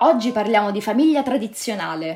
Oggi parliamo di famiglia tradizionale.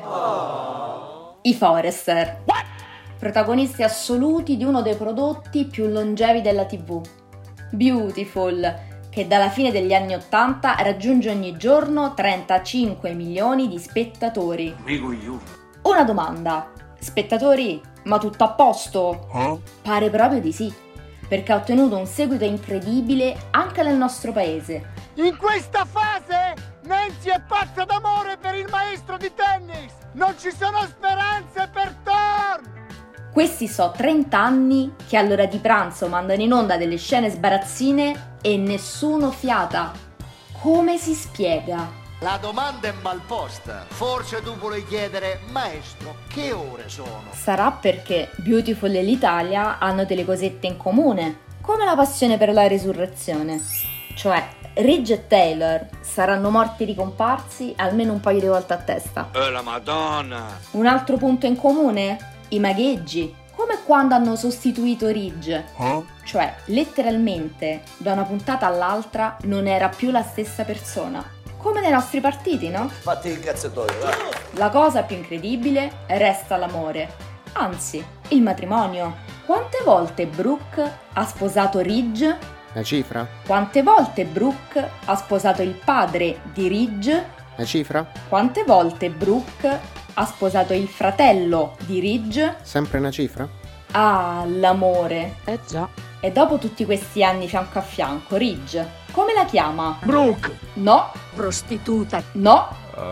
I Forrester. Protagonisti assoluti di uno dei prodotti più longevi della TV. Beautiful, che dalla fine degli anni '80 raggiunge ogni giorno 35 milioni di spettatori. Una domanda. Spettatori, ma tutto a posto? Pare proprio di sì, perché ha ottenuto un seguito incredibile anche nel nostro paese. In questa fase Nancy è pazza d'amore per il maestro di tennis! Non ci sono speranze per Thor! Questi so 30 anni che all'ora di pranzo mandano in onda delle scene sbarazzine e nessuno fiata. Come si spiega? La domanda è mal posta. Forse tu vuoi chiedere, maestro, che ore sono? Sarà perché Beautiful e l'Italia hanno delle cosette in comune, come la passione per la risurrezione. Cioè, Ridge e Taylor saranno morti ricomparsi almeno un paio di volte a testa. La Madonna! Un altro punto in comune? I magheggi, come quando hanno sostituito Ridge. Cioè, letteralmente, da una puntata all'altra non era più la stessa persona. Come nei nostri partiti, no? Fatti il cazzatoio, va. La cosa più incredibile resta l'amore, anzi, il matrimonio. Quante volte Brooke ha sposato Ridge? La cifra? Quante volte Brooke ha sposato il padre di Ridge? La cifra? Quante volte Brooke ha sposato il fratello di Ridge? Sempre una cifra? Ah, l'amore. Già. E dopo tutti questi anni fianco a fianco, Ridge, come la chiama? Brooke! No, Prostituta. no.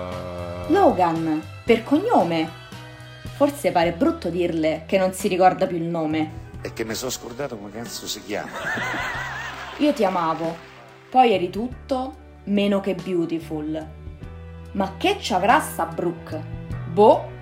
Logan, per cognome. Forse pare brutto dirle che non si ricorda più il nome. È che mi sono scordato come cazzo si chiama. Io ti amavo, poi eri tutto meno che beautiful. Ma che ci avrà sta Brooke? Boh,